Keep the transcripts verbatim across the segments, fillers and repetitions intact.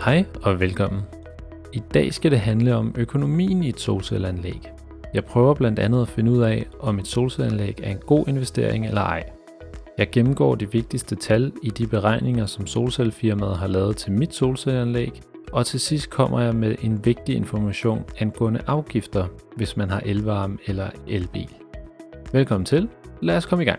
Hej og velkommen. I dag skal det handle om økonomien i et solcelleanlæg. Jeg prøver blandt andet at finde ud af, om et solcelleanlæg er en god investering eller ej. Jeg gennemgår de vigtigste tal i de beregninger, som solcellefirmaet har lavet til mit solcelleanlæg, og til sidst kommer jeg med en vigtig information angående afgifter, hvis man har elvarme eller elbil. Velkommen til. Lad os komme i gang.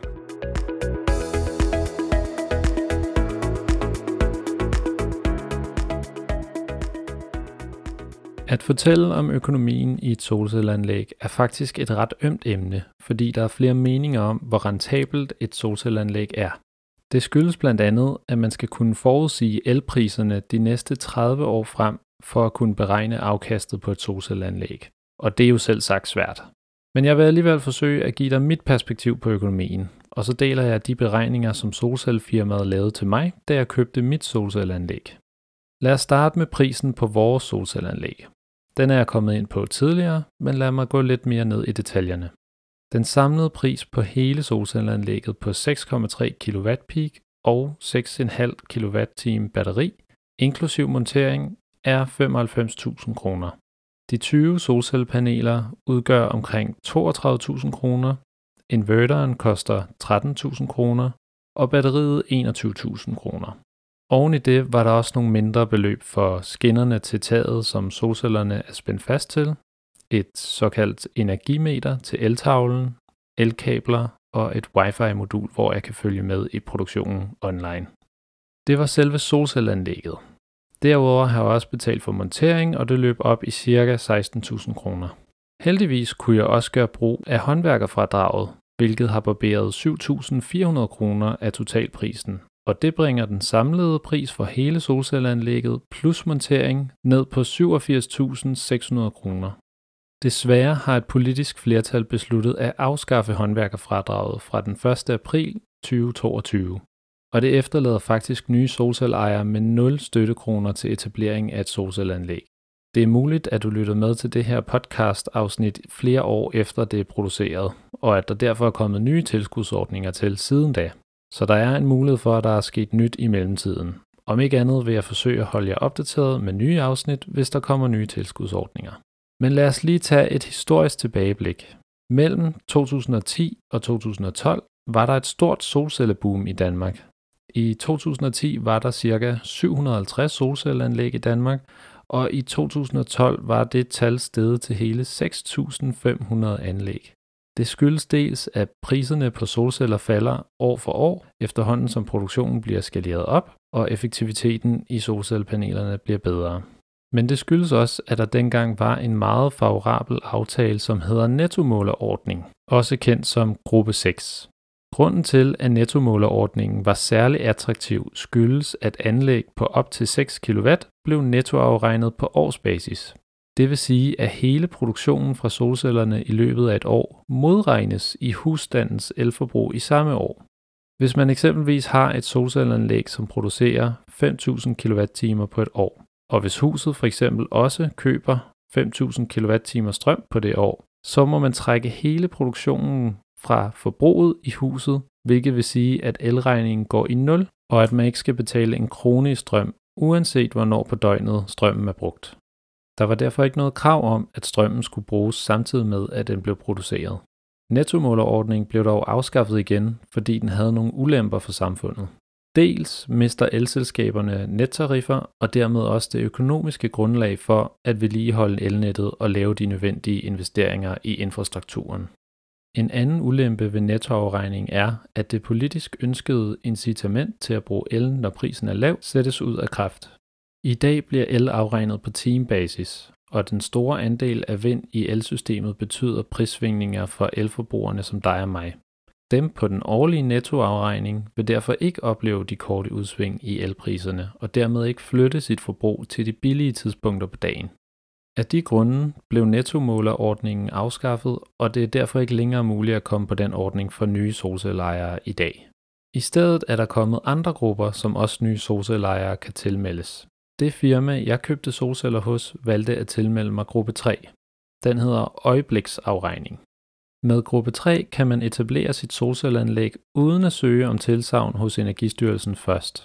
At fortælle om økonomien i et solcelleanlæg er faktisk et ret ømt emne, fordi der er flere meninger om, hvor rentabelt et solcelleanlæg er. Det skyldes blandt andet, at man skal kunne forudsige elpriserne de næste tredive år frem for at kunne beregne afkastet på et solcelleanlæg. Og det er jo selv sagt svært. Men jeg vil alligevel forsøge at give dig mit perspektiv på økonomien, og så deler jeg de beregninger, som solcellefirmaet lavede til mig, da jeg købte mit solcelleanlæg. Lad os starte med prisen på vores solcelleanlæg. Den er jeg kommet ind på tidligere, men lad mig gå lidt mere ned i detaljerne. Den samlede pris på hele solcelleanlægget på seks komma tre kilowatt peak og seks komma fem kilowatt-time batteri, inklusiv montering, er femoghalvfems tusind kroner. De tyve solcellepaneler udgør omkring toogtredive tusind kroner, inverteren koster tretten tusind kroner og batteriet enogtyve tusind kroner. Oven i det var der også nogle mindre beløb for skinnerne til taget, som solcellerne er spændt fast til, et såkaldt energimeter til eltavlen, elkabler og et wifi-modul, hvor jeg kan følge med i produktionen online. Det var selve solcelleanlægget. Derudover har jeg også betalt for montering, og det løb op i ca. seksten tusind kroner. Heldigvis kunne jeg også gøre brug af håndværkerfradraget, hvilket har barberet syv tusind fire hundrede kroner af totalprisen. Og det bringer den samlede pris for hele solcelleanlægget plus montering ned på syvogfirs tusind seks hundrede kroner. Desværre har et politisk flertal besluttet at afskaffe håndværkerfradraget fra den første april to tusind og toogtyve. Og det efterlader faktisk nye solcelleejere med nul støttekroner til etablering af et solcelleanlæg. Det er muligt, at du lytter med til det her podcast-afsnit flere år efter det er produceret, og at der derfor er kommet nye tilskudsordninger til siden da. Så der er en mulighed for, at der er sket nyt i mellemtiden. Om ikke andet vil jeg forsøge at holde jer opdateret med nye afsnit, hvis der kommer nye tilskudsordninger. Men lad os lige tage et historisk tilbageblik. Mellem to tusind og ti og to tusind og tolv var der et stort solcelleboom i Danmark. I to tusind og ti var der ca. syv hundrede og halvtreds solcelleanlæg i Danmark, og i to tusind og tolv var det tal steget til hele seks tusind fem hundrede anlæg. Det skyldes dels, at priserne på solceller falder år for år, efterhånden som produktionen bliver skaleret op, og effektiviteten i solcellepanelerne bliver bedre. Men det skyldes også, at der dengang var en meget favorabel aftale, som hedder nettomålerordning, også kendt som gruppe seks. Grunden til, at nettomålerordningen var særlig attraktiv, skyldes, at anlæg på op til seks kilowatt blev nettoafregnet på årsbasis. Det vil sige, at hele produktionen fra solcellerne i løbet af et år modregnes i husstandens elforbrug i samme år. Hvis man eksempelvis har et solcelleanlæg, som producerer fem tusind kilowatt-timer på et år, og hvis huset for eksempel også køber fem tusind kilowatt-timer strøm på det år, så må man trække hele produktionen fra forbruget i huset, hvilket vil sige, at elregningen går i nul, og at man ikke skal betale en krone i strøm, uanset hvornår på døgnet strømmen er brugt. Der var derfor ikke noget krav om, at strømmen skulle bruges samtidig med, at den blev produceret. Nettomålerordningen blev dog afskaffet igen, fordi den havde nogle ulemper for samfundet. Dels mister elselskaberne nettariffer og dermed også det økonomiske grundlag for at vedligeholde elnettet og lave de nødvendige investeringer i infrastrukturen. En anden ulempe ved nettoafregning er, at det politisk ønskede incitament til at bruge el, når prisen er lav, sættes ud af kraft. I dag bliver el afregnet på timebasis, og den store andel af vind i elsystemet betyder prissvingninger for elforbrugerne som dig og mig. Dem på den årlige nettoafregning vil derfor ikke opleve de korte udsving i elpriserne, og dermed ikke flytte sit forbrug til de billige tidspunkter på dagen. Af de grunde blev nettomålerordningen afskaffet, og det er derfor ikke længere muligt at komme på den ordning for nye solcelleejere i dag. I stedet er der kommet andre grupper, som også nye solcelleejere kan tilmeldes. Det firma, jeg købte solceller hos, valgte at tilmelde mig gruppe tre. Den hedder øjebliksafregning. Med gruppe tre kan man etablere sit solcelleanlæg uden at søge om tilsagn hos Energistyrelsen først.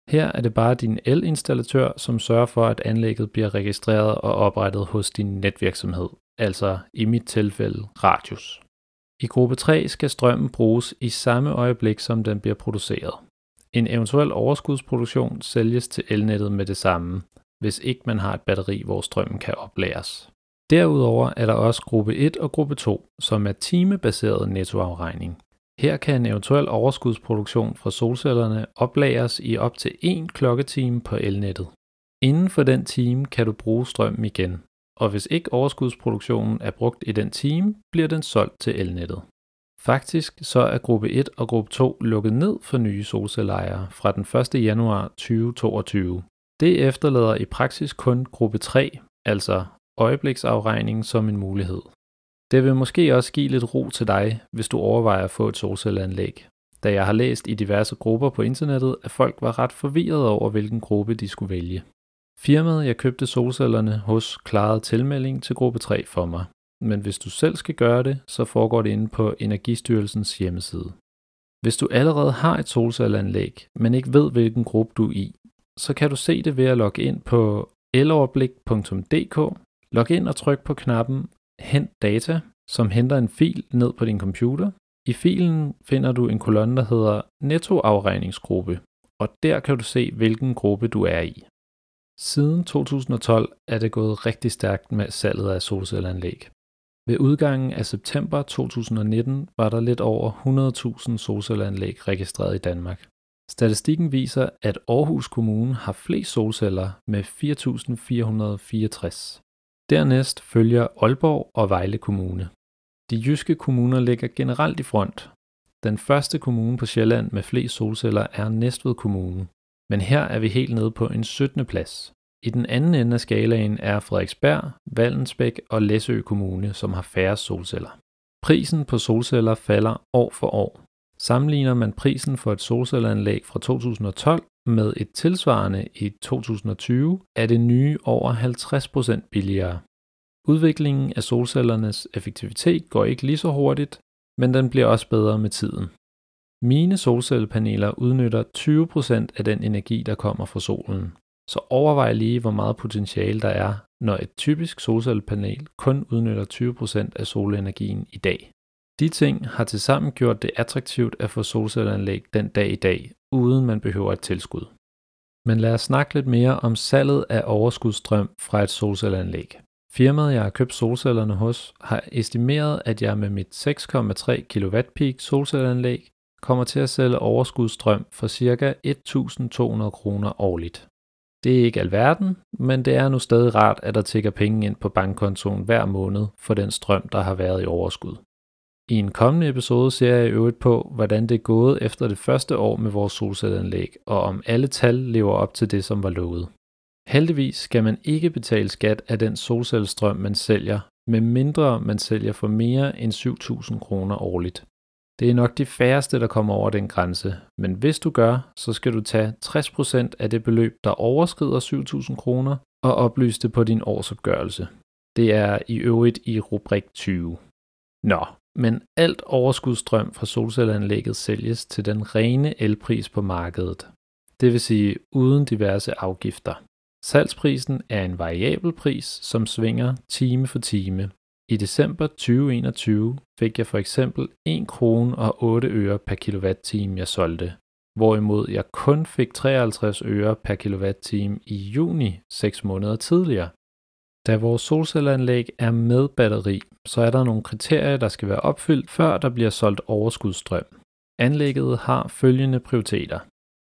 Her er det bare din elinstallatør, som sørger for, at anlægget bliver registreret og oprettet hos din netvirksomhed, altså i mit tilfælde Radius. I gruppe tre skal strømmen bruges i samme øjeblik, som den bliver produceret. En eventuel overskudsproduktion sælges til elnettet med det samme, hvis ikke man har et batteri, hvor strømmen kan oplæres. Derudover er der også gruppe et og gruppe to, som er timebaseret nettoafregning. Her kan en eventuel overskudsproduktion fra solcellerne oplagres i op til en klokketime på elnettet. Inden for den time kan du bruge strømmen igen, og hvis ikke overskudsproduktionen er brugt i den time, bliver den solgt til elnettet. Faktisk så er gruppe et og gruppe to lukket ned for nye solcelleejere fra den første januar tyve toogtyve. Det efterlader i praksis kun gruppe tre, altså øjebliksafregningen, som en mulighed. Det vil måske også give lidt ro til dig, hvis du overvejer at få et solcelleanlæg, da jeg har læst i diverse grupper på internettet, at folk var ret forvirrede over, hvilken gruppe de skulle vælge. Firmaet, jeg købte solcellerne hos, klarede tilmelding til gruppe tre for mig, men hvis du selv skal gøre det, så foregår det inde på Energistyrelsens hjemmeside. Hvis du allerede har et solcelleanlæg, men ikke ved, hvilken gruppe du er i, så kan du se det ved at logge ind på eloverblik punktum d k, log ind og tryk på knappen Hent data, som henter en fil ned på din computer. I filen finder du en kolonne, der hedder nettoafregningsgruppe, og der kan du se, hvilken gruppe du er i. Siden to tusind og tolv er det gået rigtig stærkt med salget af solcelleanlæg. Ved udgangen af september to tusind og nitten var der lidt over hundrede tusind solcelleanlæg registreret i Danmark. Statistikken viser, at Aarhus Kommune har flest solceller med fire tusind fire hundrede og fireogtres. Dernæst følger Aalborg og Vejle Kommune. De jyske kommuner ligger generelt i front. Den første kommune på Sjælland med flest solceller er Næstved Kommune, men her er vi helt nede på en syttende plads. I den anden ende af skalaen er Frederiksberg, Vallensbæk og Læsø Kommune, som har færre solceller. Prisen på solceller falder år for år. Sammenligner man prisen for et solcelleanlæg fra to tusind og tolv med et tilsvarende i to tusind og tyve, er det nye over halvtreds procent billigere. Udviklingen af solcellernes effektivitet går ikke lige så hurtigt, men den bliver også bedre med tiden. Mine solcellepaneler udnytter tyve procent af den energi, der kommer fra solen. Så overvej lige, hvor meget potentiale der er, når et typisk solcellepanel kun udnytter tyve procent af solenergien i dag. De ting har tilsammen gjort det attraktivt at få solcelleanlæg den dag i dag, uden man behøver et tilskud. Men lad os snakke lidt mere om salget af overskudsstrøm fra et solcelleanlæg. Firmaet, jeg har købt solcellerne hos, har estimeret, at jeg med mit seks komma tre kilowatt peak solcelleanlæg kommer til at sælge overskudsstrøm for ca. et tusind to hundrede kroner årligt. Det er ikke alverden, men det er nu stadig rart, at der tikker penge ind på bankkontoen hver måned for den strøm, der har været i overskud. I en kommende episode ser jeg i øvrigt på, hvordan det er gået efter det første år med vores solcelleanlæg, og om alle tal lever op til det, som var lovet. Heldigvis skal man ikke betale skat af den solcellestrøm, man sælger, medmindre man sælger for mere end syv tusind kroner årligt. Det er nok de færreste, der kommer over den grænse, men hvis du gør, så skal du tage tres procent af det beløb, der overskrider syv tusind kroner, og oplyse det på din årsopgørelse. Det er i øvrigt i rubrik tyve. Nå, men alt overskudsstrøm fra solcelleanlægget sælges til den rene elpris på markedet. Det vil sige uden diverse afgifter. Salgsprisen er en variabel pris, som svinger time for time. I december tyve enogtyve fik jeg for eksempel en krone og otte øre per kilowatt-time, jeg solgte, hvorimod jeg kun fik treoghalvtreds øre per kilowatt-time i juni, seks måneder tidligere. Da vores solcelleanlæg er med batteri, så er der nogle kriterier, der skal være opfyldt, før der bliver solgt overskudsstrøm. Anlægget har følgende prioriteter.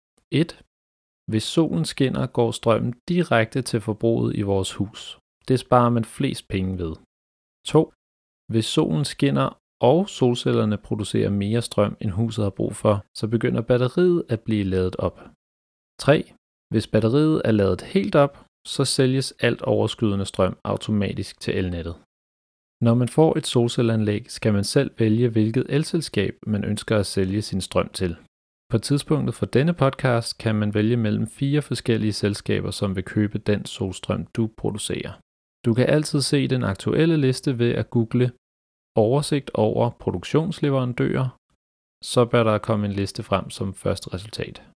et. Hvis solen skinner, går strømmen direkte til forbruget i vores hus. Det sparer man flest penge ved. to. Hvis solen skinner, og solcellerne producerer mere strøm, end huset har brug for, så begynder batteriet at blive ladet op. tre. Hvis batteriet er ladet helt op, så sælges alt overskydende strøm automatisk til elnettet. Når man får et solcelleanlæg, skal man selv vælge, hvilket elselskab man ønsker at sælge sin strøm til. På tidspunktet for denne podcast kan man vælge mellem fire forskellige selskaber, som vil købe den solstrøm, du producerer. Du kan altid se den aktuelle liste ved at google oversigt over produktionsleverandører, så bør der komme en liste frem som første resultat.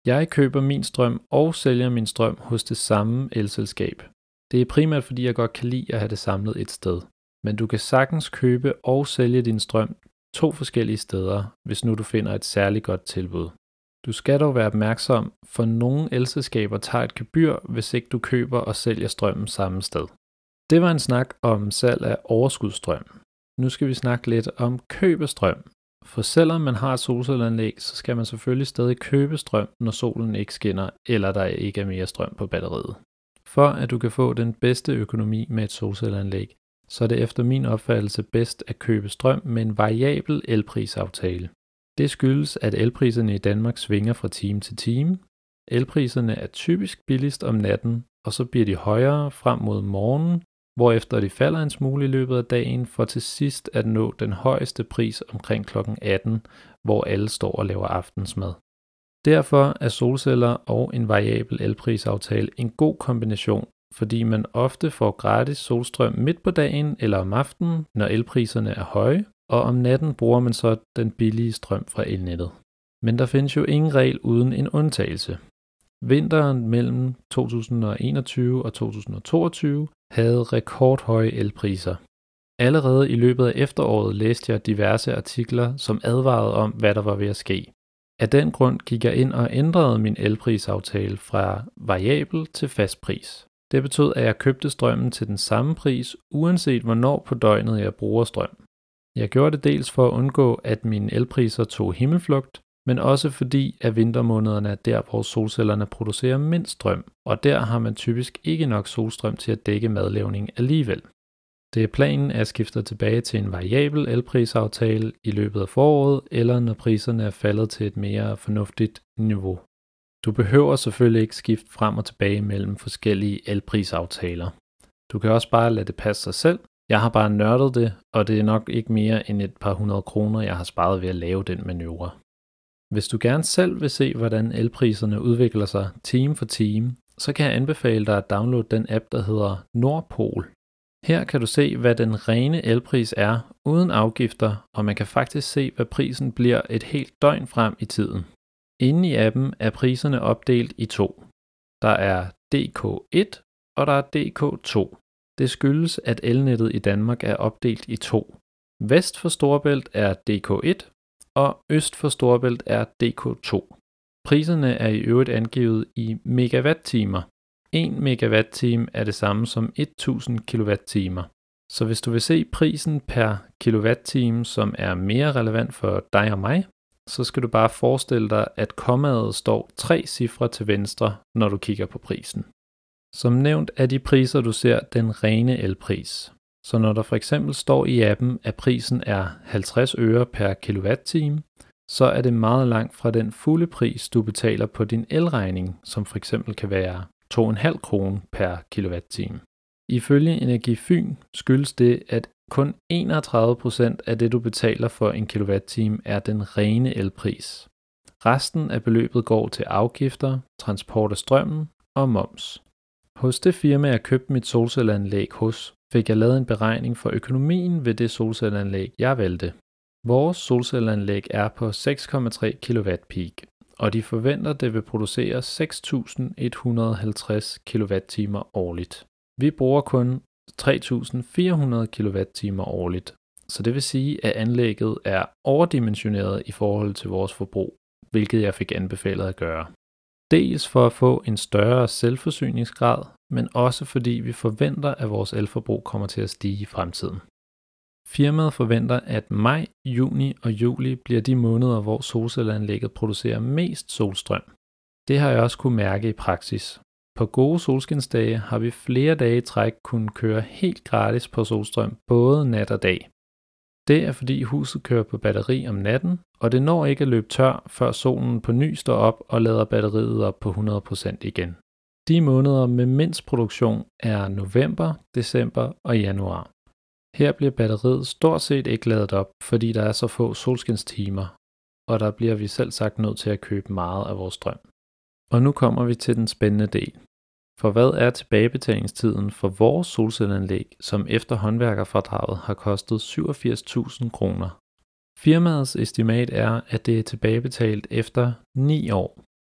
Jeg køber min strøm og sælger min strøm hos det samme elselskab. Det er primært fordi jeg godt kan lide at have det samlet et sted. Men du kan sagtens købe og sælge din strøm to forskellige steder, hvis nu du finder et særligt godt tilbud. Du skal dog være opmærksom, for nogle elselskaber tager et gebyr, hvis ikke du køber og sælger strømmen samme sted. Det var en snak om salg af overskudsstrøm. Nu skal vi snakke lidt om køb af strøm. For selvom man har et solcelleanlæg, så skal man selvfølgelig stadig købe strøm, når solen ikke skinner, eller der ikke er mere strøm på batteriet. For at du kan få den bedste økonomi med et solcelleanlæg, så er det efter min opfattelse bedst at købe strøm med en variabel elprisaftale. Det skyldes, at elpriserne i Danmark svinger fra time til time. Elpriserne er typisk billigst om natten, og så bliver de højere frem mod morgenen, hvorefter de falder en smule i løbet af dagen, for til sidst at nå den højeste pris omkring klokken atten, hvor alle står og laver aftensmad. Derfor er solceller og en variabel elprisaftale en god kombination, fordi man ofte får gratis solstrøm midt på dagen eller om aftenen, når elpriserne er høje, og om natten bruger man så den billige strøm fra elnettet. Men der findes jo ingen regel uden en undtagelse. Vinteren mellem to tusind og enogtyve og to tusind og toogtyve havde rekordhøje elpriser. Allerede i løbet af efteråret læste jeg diverse artikler, som advarede om, hvad der var ved at ske. Af den grund gik jeg ind og ændrede min elprisaftale fra variabel til fast pris. Det betød, at jeg købte strømmen til den samme pris, uanset hvornår på døgnet jeg bruger strøm. Jeg gjorde det dels for at undgå, at mine elpriser tog himmelflugt, men også fordi, at vintermånederne er der, hvor solcellerne producerer mindst strøm, og der har man typisk ikke nok solstrøm til at dække madlavning alligevel. Det er planen, at jeg skifter tilbage til en variabel elprisaftale i løbet af foråret, eller når priserne er faldet til et mere fornuftigt niveau. Du behøver selvfølgelig ikke skifte frem og tilbage mellem forskellige elprisaftaler. Du kan også bare lade det passe sig selv. Jeg har bare nørdet det, og det er nok ikke mere end et par hundrede kroner, jeg har sparet ved at lave den manøvre. Hvis du gerne selv vil se, hvordan elpriserne udvikler sig time for time, så kan jeg anbefale dig at downloade den app, der hedder Nordpol. Her kan du se, hvad den rene elpris er uden afgifter, og man kan faktisk se, hvad prisen bliver et helt døgn frem i tiden. Inde i appen er priserne opdelt i to. Der er D K et, og der er D K to. Det skyldes, at elnettet i Danmark er opdelt i to. Vest for Storebælt er D K et, og øst for Storebælt er D K to. Priserne er i øvrigt angivet i megawatt-timer. en megawatt-time er det samme som tusind kilowatt-timer. Så hvis du vil se prisen per kilowatt-time, som er mere relevant for dig og mig, så skal du bare forestille dig, at kommaet står tre cifre til venstre, når du kigger på prisen. Som nævnt er de priser, du ser, den rene elpris. Så når der for eksempel står i appen, at prisen er halvtreds øre per kilowatt-time, så er det meget langt fra den fulde pris, du betaler på din elregning, som for eksempel kan være to komma fem kroner per kilowatt-time. Ifølge Energifyn skyldes det, at kun enogtredive procent af det, du betaler for en kilowatt-time, er den rene elpris. Resten af beløbet går til afgifter, transport af strømmen og moms. Hos det firma, jeg købte mit solcelleanlæg hos, fik jeg lavet en beregning for økonomien ved det solcelleanlæg, jeg valgte. Vores solcelleanlæg er på seks komma tre kilowatt peak, og de forventer, det vil producere seks tusind et hundrede og halvtreds kilowatt-timer årligt. Vi bruger kun tre tusind fire hundrede kilowatt-timer årligt, så det vil sige, at anlægget er overdimensioneret i forhold til vores forbrug, hvilket jeg fik anbefalet at gøre. Dels for at få en større selvforsyningsgrad, men også fordi vi forventer, at vores elforbrug kommer til at stige i fremtiden. Firmaet forventer, at maj, juni og juli bliver de måneder, hvor solcelleanlægget producerer mest solstrøm. Det har jeg også kunne mærke i praksis. På gode solskinsdage har vi flere dage i træk kunnet køre helt gratis på solstrøm, både nat og dag. Det er fordi huset kører på batteri om natten, og det når ikke at løbe tør, før solen på ny står op og lader batteriet op på hundrede procent igen. De måneder med mindst produktion er november, december og januar. Her bliver batteriet stort set ikke ladet op, fordi der er så få solskinstimer, og der bliver vi selv sagt nødt til at købe meget af vores strøm. Og nu kommer vi til den spændende del. For hvad er tilbagebetalingstiden for vores solcelleanlæg, som efter håndværkerfradraget har kostet syvogfirs tusind kroner? Firmaets estimat er, at det er tilbagebetalt efter ni år.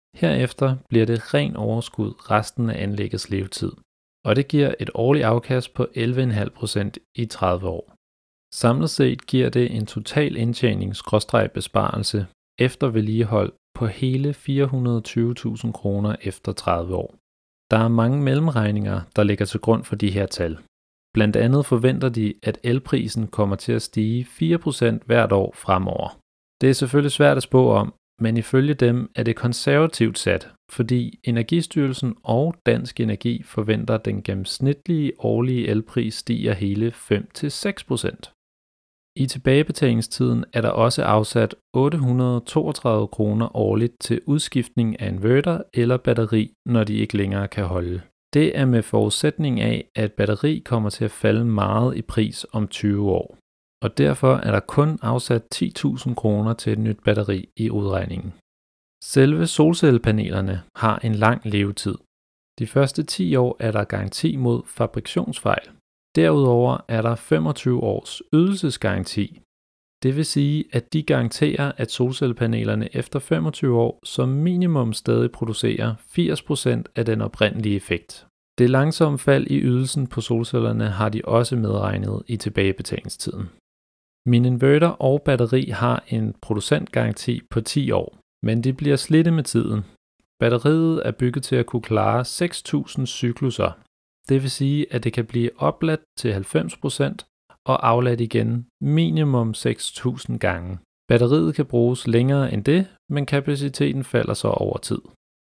Herefter bliver det ren overskud resten af anlæggets levetid, og det giver et årligt afkast på elleve komma fem procent i tredive år. Samlet set giver det en total indtjening/besparelse efter vedligehold på hele fire hundrede og tyve tusind kroner efter tredive år. Der er mange mellemregninger, der ligger til grund for de her tal. Blandt andet forventer de, at elprisen kommer til at stige fire procent hvert år fremover. Det er selvfølgelig svært at spå om, men ifølge dem er det konservativt sat, fordi Energistyrelsen og Dansk Energi forventer, at den gennemsnitlige årlige elpris stiger hele fem til seks procent. I tilbagebetalingstiden er der også afsat otte hundrede og toogtredive kroner årligt til udskiftning af inverter eller batteri, når de ikke længere kan holde. Det er med forudsætning af, at batteri kommer til at falde meget i pris om tyve år. Og derfor er der kun afsat ti tusind kroner til et nyt batteri i udregningen. Selve solcellepanelerne har en lang levetid. De første ti år er der garanti mod fabrikationsfejl. Derudover er der femogtyve års ydelsesgaranti. Det vil sige, at de garanterer, at solcellepanelerne efter femogtyve år som minimum stadig producerer firs procent af den oprindelige effekt. Det langsomme fald i ydelsen på solcellerne har de også medregnet i tilbagebetalingstiden. Min inverter og batteri har en producentgaranti på ti år, men de bliver slidte med tiden. Batteriet er bygget til at kunne klare seks tusind cyklusser. Det vil sige, at det kan blive opladt til halvfems procent og afladt igen minimum seks tusind gange. Batteriet kan bruges længere end det, men kapaciteten falder så over tid.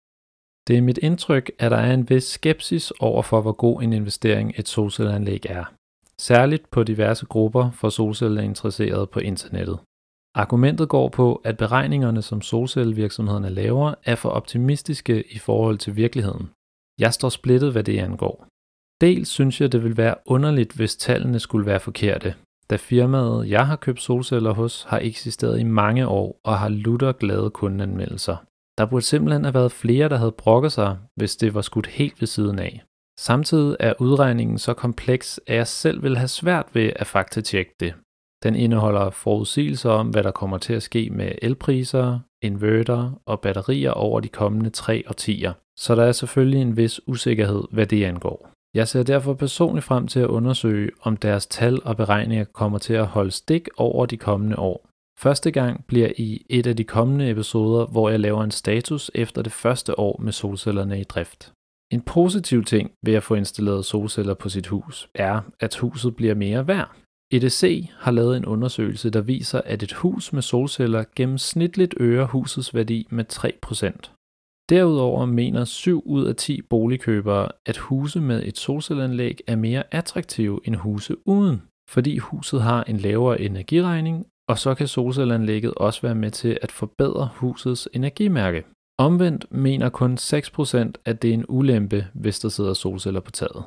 Det er mit indtryk, at der er en vis skepsis over for, hvor god en investering et solcelleanlæg er. Særligt på diverse grupper for solcelleinteresserede på internettet. Argumentet går på, at beregningerne, som solcellevirksomhederne laver, er for optimistiske i forhold til virkeligheden. Jeg står splittet, hvad det angår. Dels synes jeg, det vil være underligt, hvis tallene skulle være forkerte, da firmaet, jeg har købt solceller hos, har eksisteret i mange år og har lutter glade kundeanmeldelser. Der burde simpelthen have været flere, der havde brokket sig, hvis det var skudt helt ved siden af. Samtidig er udregningen så kompleks, at jeg selv vil have svært ved at faktatjekke det. Den indeholder forudsigelser om, hvad der kommer til at ske med elpriser, inverter og batterier over de kommende tre årtier, så der er selvfølgelig en vis usikkerhed, hvad det angår. Jeg ser derfor personligt frem til at undersøge, om deres tal og beregninger kommer til at holde stik over de kommende år. Første gang bliver i et af de kommende episoder, hvor jeg laver en status efter det første år med solcellerne i drift. En positiv ting ved at få installeret solceller på sit hus er, at huset bliver mere værd. E D C har lavet en undersøgelse, der viser, at et hus med solceller gennemsnitligt øger husets værdi med tre procent. Derudover mener syv ud af ti boligkøbere, at huse med et solcelleanlæg er mere attraktive end huse uden, fordi huset har en lavere energiregning, og så kan solcelleanlægget også være med til at forbedre husets energimærke. Omvendt mener kun seks procent, at det er en ulempe, hvis der sidder solceller på taget.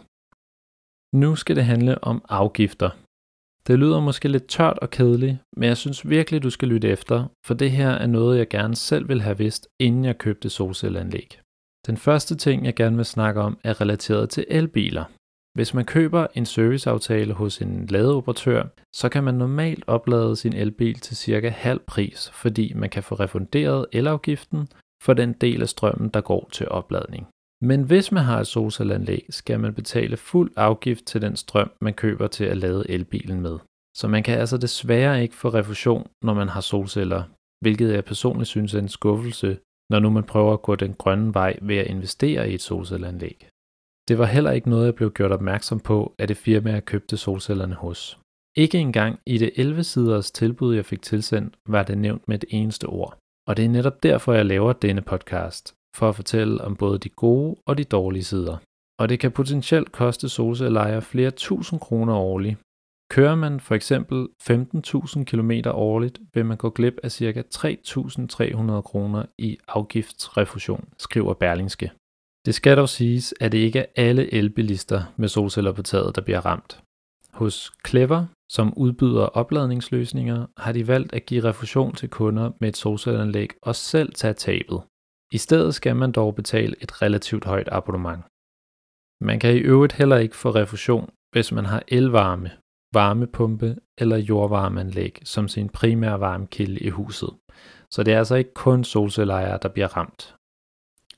Nu skal det handle om afgifter. Det lyder måske lidt tørt og kedeligt, men jeg synes virkelig, du skal lytte efter, for det her er noget, jeg gerne selv vil have vidst, inden jeg købte solcelleanlæg. Den første ting, jeg gerne vil snakke om, er relateret til elbiler. Hvis man køber en serviceaftale hos en ladeoperatør, så kan man normalt oplade sin elbil til cirka halv pris, fordi man kan få refunderet elafgiften for den del af strømmen, der går til opladning. Men hvis man har et solcelleanlæg, skal man betale fuld afgift til den strøm, man køber til at lade elbilen med. Så man kan altså desværre ikke få refusion, når man har solceller, hvilket jeg personligt synes er en skuffelse, når nu man prøver at gå den grønne vej ved at investere i et solcelleanlæg. Det var heller ikke noget, jeg blev gjort opmærksom på af det firma, jeg købte solcellerne hos. Ikke engang i det elleve siders tilbud, jeg fik tilsendt, var det nævnt med et eneste ord. Og det er netop derfor, jeg laver denne podcast, for at fortælle om både de gode og de dårlige sider. Og det kan potentielt koste solcelleejere flere tusind kroner årligt. Kører man for eksempel femten tusind kilometer årligt, vil man gå glip af ca. tre tusind tre hundrede kroner i afgiftsrefusion, skriver Berlingske. Det skal dog siges, at det ikke er alle elbilister med solceller på taget, der bliver ramt. Hos Clever, som udbyder opladningsløsninger, har de valgt at give refusion til kunder med et solcelleanlæg og selv tage tabet. I stedet skal man dog betale et relativt højt abonnement. Man kan i øvrigt heller ikke få refusion, hvis man har elvarme, varmepumpe eller jordvarmeanlæg som sin primære varmekilde i huset. Så det er altså ikke kun solcelleejere, der bliver ramt.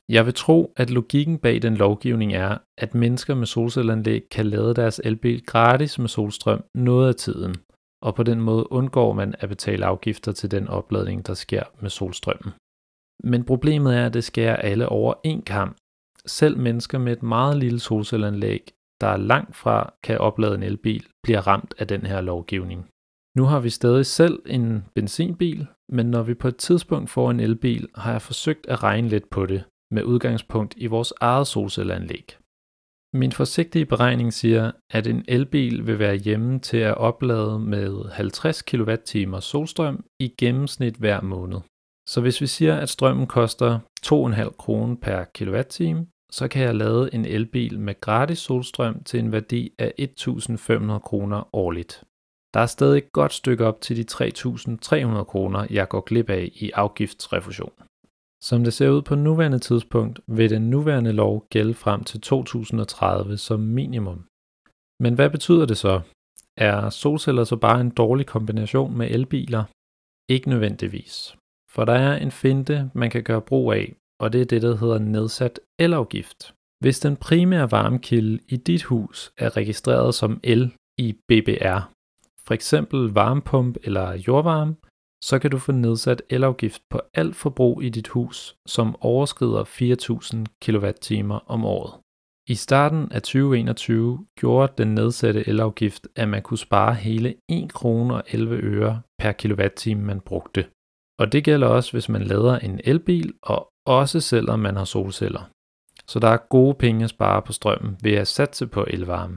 Jeg vil tro, at logikken bag den lovgivning er, at mennesker med solcelleanlæg kan lade deres elbil gratis med solstrøm noget af tiden, og på den måde undgår man at betale afgifter til den opladning, der sker med solstrømmen. Men problemet er, at det skærer alle over en kam. Selv mennesker med et meget lille solcelleanlæg, der er langt fra kan oplade en elbil, bliver ramt af den her lovgivning. Nu har vi stadig selv en benzinbil, men når vi på et tidspunkt får en elbil, har jeg forsøgt at regne lidt på det, med udgangspunkt i vores eget solcelleanlæg. Min forsigtige beregning siger, at en elbil vil være hjemme til at oplade med halvtreds kilowatt-timer solstrøm i gennemsnit hver måned. Så hvis vi siger, at strømmen koster to komma fem kroner per kilowatt-time, så kan jeg lade en elbil med gratis solstrøm til en værdi af et tusind fem hundrede kroner årligt. Der er stadig et godt stykke op til de tre tusind tre hundrede kroner, jeg går glip af i afgiftsrefusion. Som det ser ud på nuværende tidspunkt, vil den nuværende lov gælde frem til to tusind og tredive som minimum. Men hvad betyder det så? Er solceller så bare en dårlig kombination med elbiler? Ikke nødvendigvis. For der er en finte, man kan gøre brug af, og det er det, der hedder nedsat elafgift. Hvis den primære varmekilde i dit hus er registreret som el i B B R, for eksempel varmepump eller jordvarme, så kan du få nedsat elafgift på alt forbrug i dit hus, som overskrider fire tusind kilowatt-timer om året. I starten af tyve enogtyve gjorde den nedsatte elafgift, at man kunne spare hele en krone og elleve øre per kilowatt-time, man brugte. Og det gælder også, hvis man lader en elbil, og også selvom man har solceller. Så der er gode penge at spare på strømmen ved at satse på elvarme.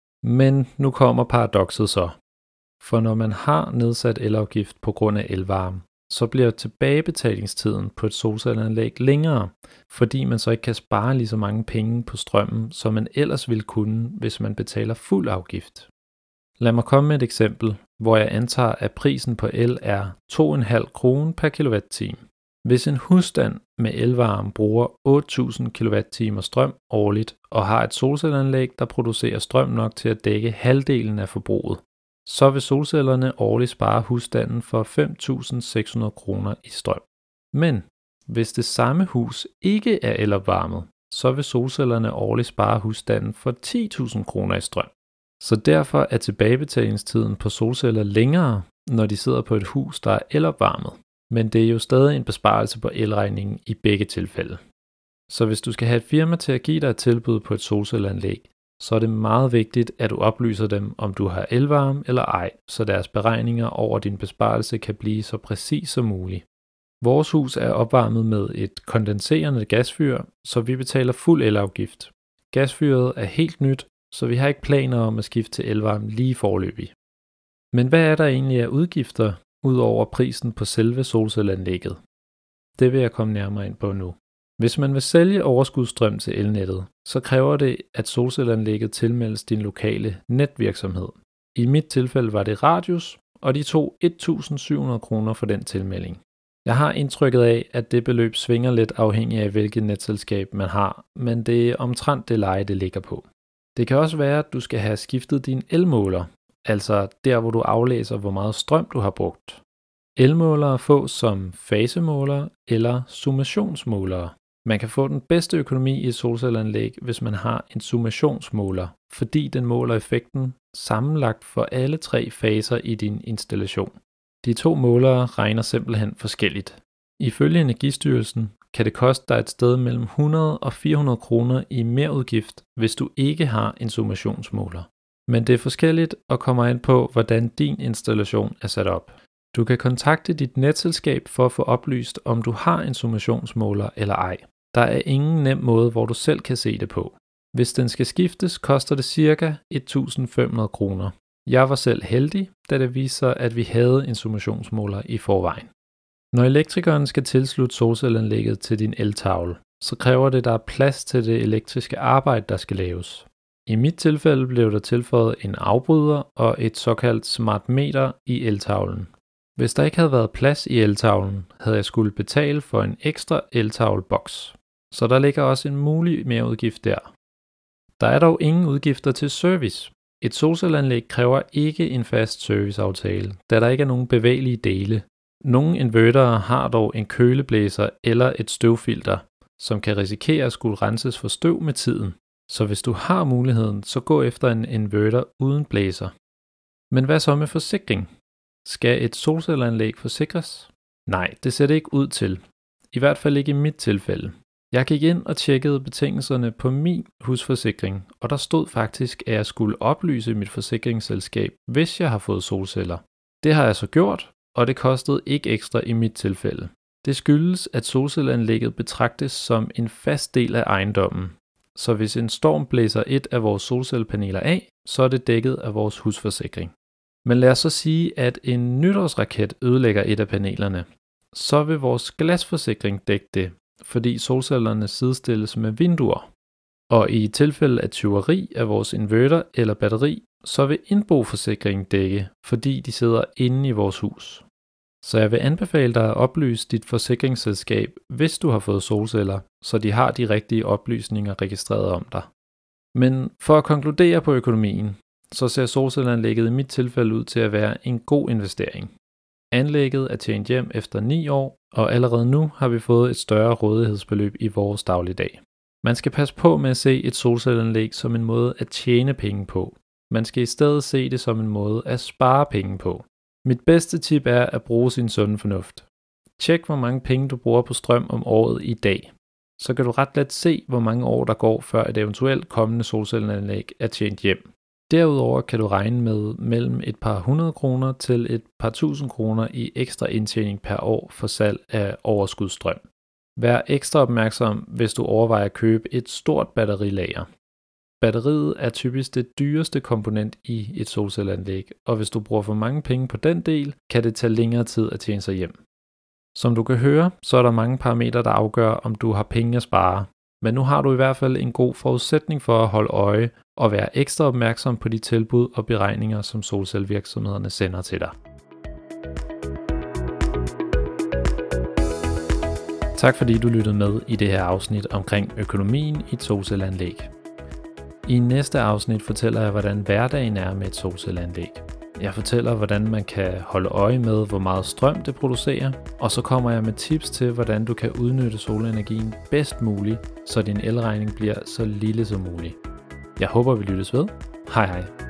Men nu kommer paradokset så. For når man har nedsat elafgift på grund af elvarme, så bliver tilbagebetalingstiden på et solcelleanlæg længere, fordi man så ikke kan spare lige så mange penge på strømmen, som man ellers ville kunne, hvis man betaler fuld afgift. Lad mig komme med et eksempel, hvor jeg antager, at prisen på el er to komma fem kroner per kilowatt-time. Hvis en husstand med elvarme bruger otte tusind kilowatt-timer strøm årligt og har et solcelleanlæg, der producerer strøm nok til at dække halvdelen af forbruget, så vil solcellerne årligt spare husstanden for fem tusind seks hundrede kroner i strøm. Men hvis det samme hus ikke er elopvarmet, så vil solcellerne årligt spare husstanden for ti tusind kroner i strøm. Så derfor er tilbagebetalingstiden på solceller længere, når de sidder på et hus, der er elopvarmet. Men det er jo stadig en besparelse på elregningen i begge tilfælde. Så hvis du skal have et firma til at give dig et tilbud på et solcelleanlæg, så er det meget vigtigt, at du oplyser dem, om du har elvarme eller ej, så deres beregninger over din besparelse kan blive så præcis som muligt. Vores hus er opvarmet med et kondenserende gasfyr, så vi betaler fuld elafgift. Gasfyret er helt nyt, så vi har ikke planer om at skifte til elvarme lige foreløbig. Men hvad er der egentlig af udgifter, ud over prisen på selve solcelleanlægget? Det vil jeg komme nærmere ind på nu. Hvis man vil sælge overskudsstrøm til elnettet, så kræver det, at solcelleanlægget tilmeldes din lokale netvirksomhed. I mit tilfælde var det Radius, og de tog et tusind syv hundrede kroner for den tilmelding. Jeg har indtrykket af, at det beløb svinger lidt afhængig af, hvilket netselskab man har, men det er omtrent det leje, det ligger på. Det kan også være, at du skal have skiftet din elmåler, altså der, hvor du aflæser, hvor meget strøm du har brugt. Elmålere fås som fasemålere eller summationsmålere. Man kan få den bedste økonomi i et solcelleanlæg, hvis man har en summationsmåler, fordi den måler effekten sammenlagt for alle tre faser i din installation. De to målere regner simpelthen forskelligt. Ifølge Energistyrelsen kan det koste dig et sted mellem hundrede og fire hundrede kroner i merudgift, hvis du ikke har en summationsmåler. Men det er forskelligt og kommer an på, hvordan din installation er sat op. Du kan kontakte dit netselskab for at få oplyst, om du har en summationsmåler eller ej. Der er ingen nem måde, hvor du selv kan se det på. Hvis den skal skiftes, koster det ca. et tusind fem hundrede kroner. Jeg var selv heldig, da det viste sig, at vi havde en summationsmåler i forvejen. Når elektrikeren skal tilslutte solcelleanlægget til din eltavle, så kræver det, at der er plads til det elektriske arbejde, der skal laves. I mit tilfælde blev der tilføjet en afbryder og et såkaldt smart meter i eltavlen. Hvis der ikke havde været plads i eltavlen, havde jeg skulle betale for en ekstra eltavleboks. Så der ligger også en mulig merudgift der. Der er dog ingen udgifter til service. Et solcelleanlæg kræver ikke en fast serviceaftale, da der ikke er nogen bevægelige dele. Nogle invertere har dog en køleblæser eller et støvfilter, som kan risikere at skulle renses for støv med tiden. Så hvis du har muligheden, så gå efter en inverter uden blæser. Men hvad så med forsikring? Skal et solcelleanlæg forsikres? Nej, det ser det ikke ud til. I hvert fald ikke i mit tilfælde. Jeg gik ind og tjekkede betingelserne på min husforsikring, og der stod faktisk, at jeg skulle oplyse mit forsikringsselskab, hvis jeg har fået solceller. Det har jeg så gjort, og det kostede ikke ekstra i mit tilfælde. Det skyldes, at solcelleanlægget betragtes som en fast del af ejendommen. Så hvis en storm blæser et af vores solcellepaneler af, så er det dækket af vores husforsikring. Men lad os så sige, at en nytårsraket ødelægger et af panelerne. Så vil vores glasforsikring dække det, fordi solcellerne sidestilles med vinduer. Og i tilfælde af tyveri af vores inverter eller batteri, så vil indboforsikringen dække, fordi de sidder inde i vores hus. Så jeg vil anbefale dig at oplyse dit forsikringsselskab, hvis du har fået solceller, så de har de rigtige oplysninger registreret om dig. Men for at konkludere på økonomien, så ser solcelleanlægget i mit tilfælde ud til at være en god investering. Anlægget er tjent hjem efter ni år, og allerede nu har vi fået et større rådighedsbeløb i vores dagligdag. Man skal passe på med at se et solcelleanlæg som en måde at tjene penge på. Man skal i stedet se det som en måde at spare penge på. Mit bedste tip er at bruge sin sunde fornuft. Tjek, hvor mange penge du bruger på strøm om året i dag. Så kan du ret let se, hvor mange år der går, før et eventuelt kommende solcelleanlæg er tjent hjem. Derudover kan du regne med mellem et par hundrede kroner til et par tusind kroner i ekstra indtjening per år for salg af overskudsstrøm. Vær ekstra opmærksom, hvis du overvejer at købe et stort batterilager. Batteriet er typisk det dyreste komponent i et solcelleanlæg, og hvis du bruger for mange penge på den del, kan det tage længere tid at tjene sig hjem. Som du kan høre, så er der mange parametre, der afgør, om du har penge at spare. Men nu har du i hvert fald en god forudsætning for at holde øje og være ekstra opmærksom på de tilbud og beregninger, som solcellevirksomhederne sender til dig. Tak fordi du lyttede med i det her afsnit omkring økonomien i et solcelleanlæg. I næste afsnit fortæller jeg, hvordan hverdagen er med et solcelleanlæg. Jeg fortæller, hvordan man kan holde øje med, hvor meget strøm det producerer, og så kommer jeg med tips til, hvordan du kan udnytte solenergien bedst muligt, så din elregning bliver så lille som muligt. Jeg håber, vi lyttes ved. Hej hej.